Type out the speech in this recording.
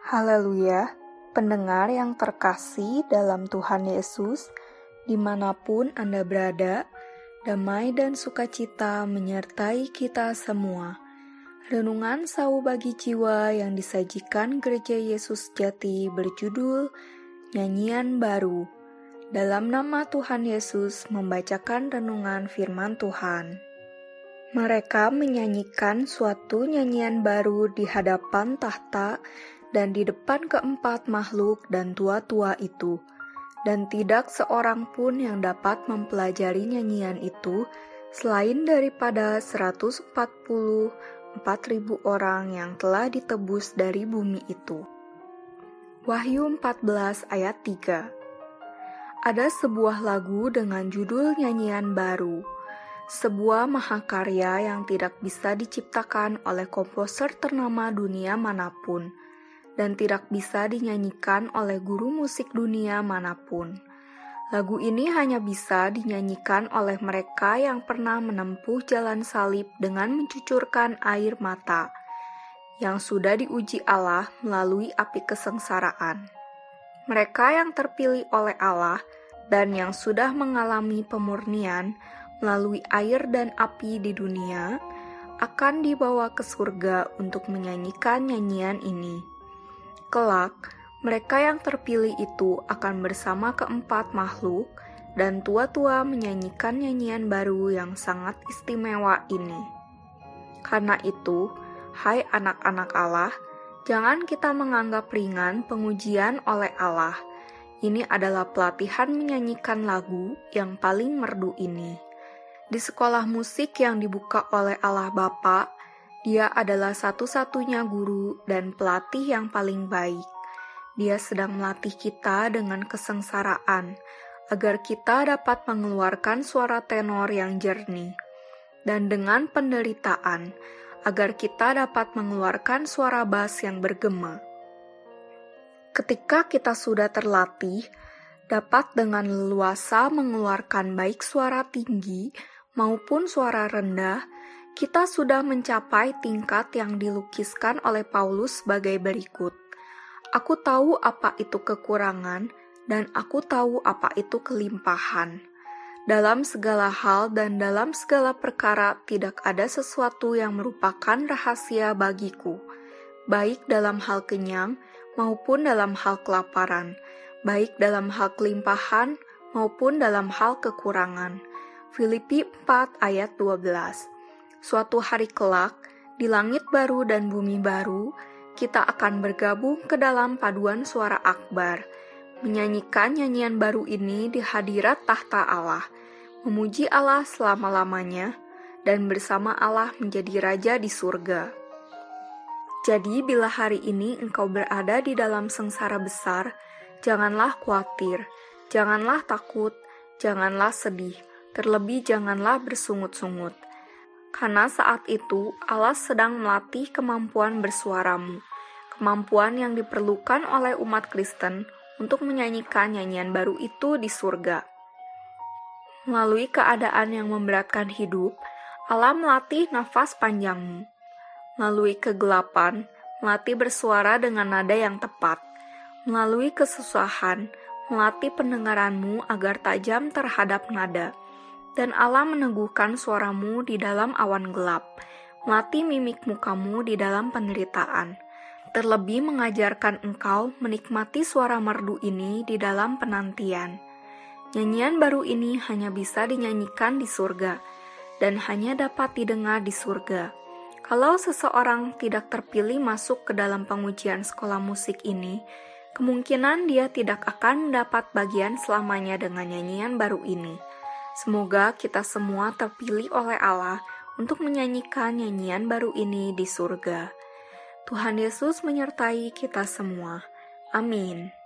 Haleluya, pendengar yang terkasih dalam Tuhan Yesus, dimanapun Anda berada, damai dan sukacita menyertai kita semua. Renungan Sau bagi jiwa yang disajikan Gereja Yesus Jati berjudul Nyanyian Baru. Dalam nama Tuhan Yesus membacakan renungan firman Tuhan. Mereka menyanyikan suatu nyanyian baru di hadapan tahta dan di depan keempat makhluk dan tua-tua itu, dan tidak seorang pun yang dapat mempelajari nyanyian itu selain daripada 144.000 orang yang telah ditebus dari bumi itu. Wahyu 14 ayat 3. Ada sebuah lagu dengan judul Nyanyian Baru, sebuah mahakarya yang tidak bisa diciptakan oleh komposer ternama dunia manapun, dan tidak bisa dinyanyikan oleh guru musik dunia manapun. Lagu ini hanya bisa dinyanyikan oleh mereka yang pernah menempuh jalan salib dengan mencucurkan air mata, yang sudah diuji Allah melalui api kesengsaraan. Mereka yang terpilih oleh Allah dan yang sudah mengalami pemurnian melalui air dan api di dunia, akan dibawa ke surga untuk menyanyikan nyanyian ini. Kelak, mereka yang terpilih itu akan bersama keempat makhluk dan tua-tua menyanyikan nyanyian baru yang sangat istimewa ini. Karena itu, hai anak-anak Allah, jangan kita menganggap ringan pengujian oleh Allah. Ini adalah pelatihan menyanyikan lagu yang paling merdu ini. Di sekolah musik yang dibuka oleh Allah Bapa, Dia adalah satu-satunya guru dan pelatih yang paling baik. Dia sedang melatih kita dengan kesengsaraan, agar kita dapat mengeluarkan suara tenor yang jernih, dan dengan penderitaan, agar kita dapat mengeluarkan suara bas yang bergema. Ketika kita sudah terlatih, dapat dengan leluasa mengeluarkan baik suara tinggi maupun suara rendah, kita sudah mencapai tingkat yang dilukiskan oleh Paulus sebagai berikut. Aku tahu apa itu kekurangan, dan aku tahu apa itu kelimpahan. Dalam segala hal dan dalam segala perkara tidak ada sesuatu yang merupakan rahasia bagiku, baik dalam hal kenyang maupun dalam hal kelaparan, baik dalam hal kelimpahan maupun dalam hal kekurangan. Filipi 4 ayat 12. Suatu hari kelak, di langit baru dan bumi baru, kita akan bergabung ke dalam paduan suara akbar, menyanyikan nyanyian baru ini di hadirat tahta Allah, memuji Allah selama-lamanya, dan bersama Allah menjadi raja di surga. Jadi bila hari ini engkau berada di dalam sengsara besar, janganlah khawatir, janganlah takut, janganlah sedih, terlebih janganlah bersungut-sungut. Karena saat itu Allah sedang melatih kemampuan bersuaramu, kemampuan yang diperlukan oleh umat Kristen untuk menyanyikan nyanyian baru itu di surga. Melalui keadaan yang memberatkan hidup, Allah melatih nafas panjangmu. Melalui kegelapan, melatih bersuara dengan nada yang tepat. Melalui kesusahan, melatih pendengaranmu agar tajam terhadap nada. Dan Allah meneguhkan suaramu di dalam awan gelap, melatih mimik mukamu di dalam penderitaan, terlebih mengajarkan engkau menikmati suara merdu ini di dalam penantian. Nyanyian baru ini hanya bisa dinyanyikan di surga, dan hanya dapat didengar di surga. Kalau seseorang tidak terpilih masuk ke dalam pengujian sekolah musik ini, kemungkinan dia tidak akan mendapat bagian selamanya dengan nyanyian baru ini. Semoga kita semua terpilih oleh Allah untuk menyanyikan nyanyian baru ini di surga. Tuhan Yesus menyertai kita semua. Amin.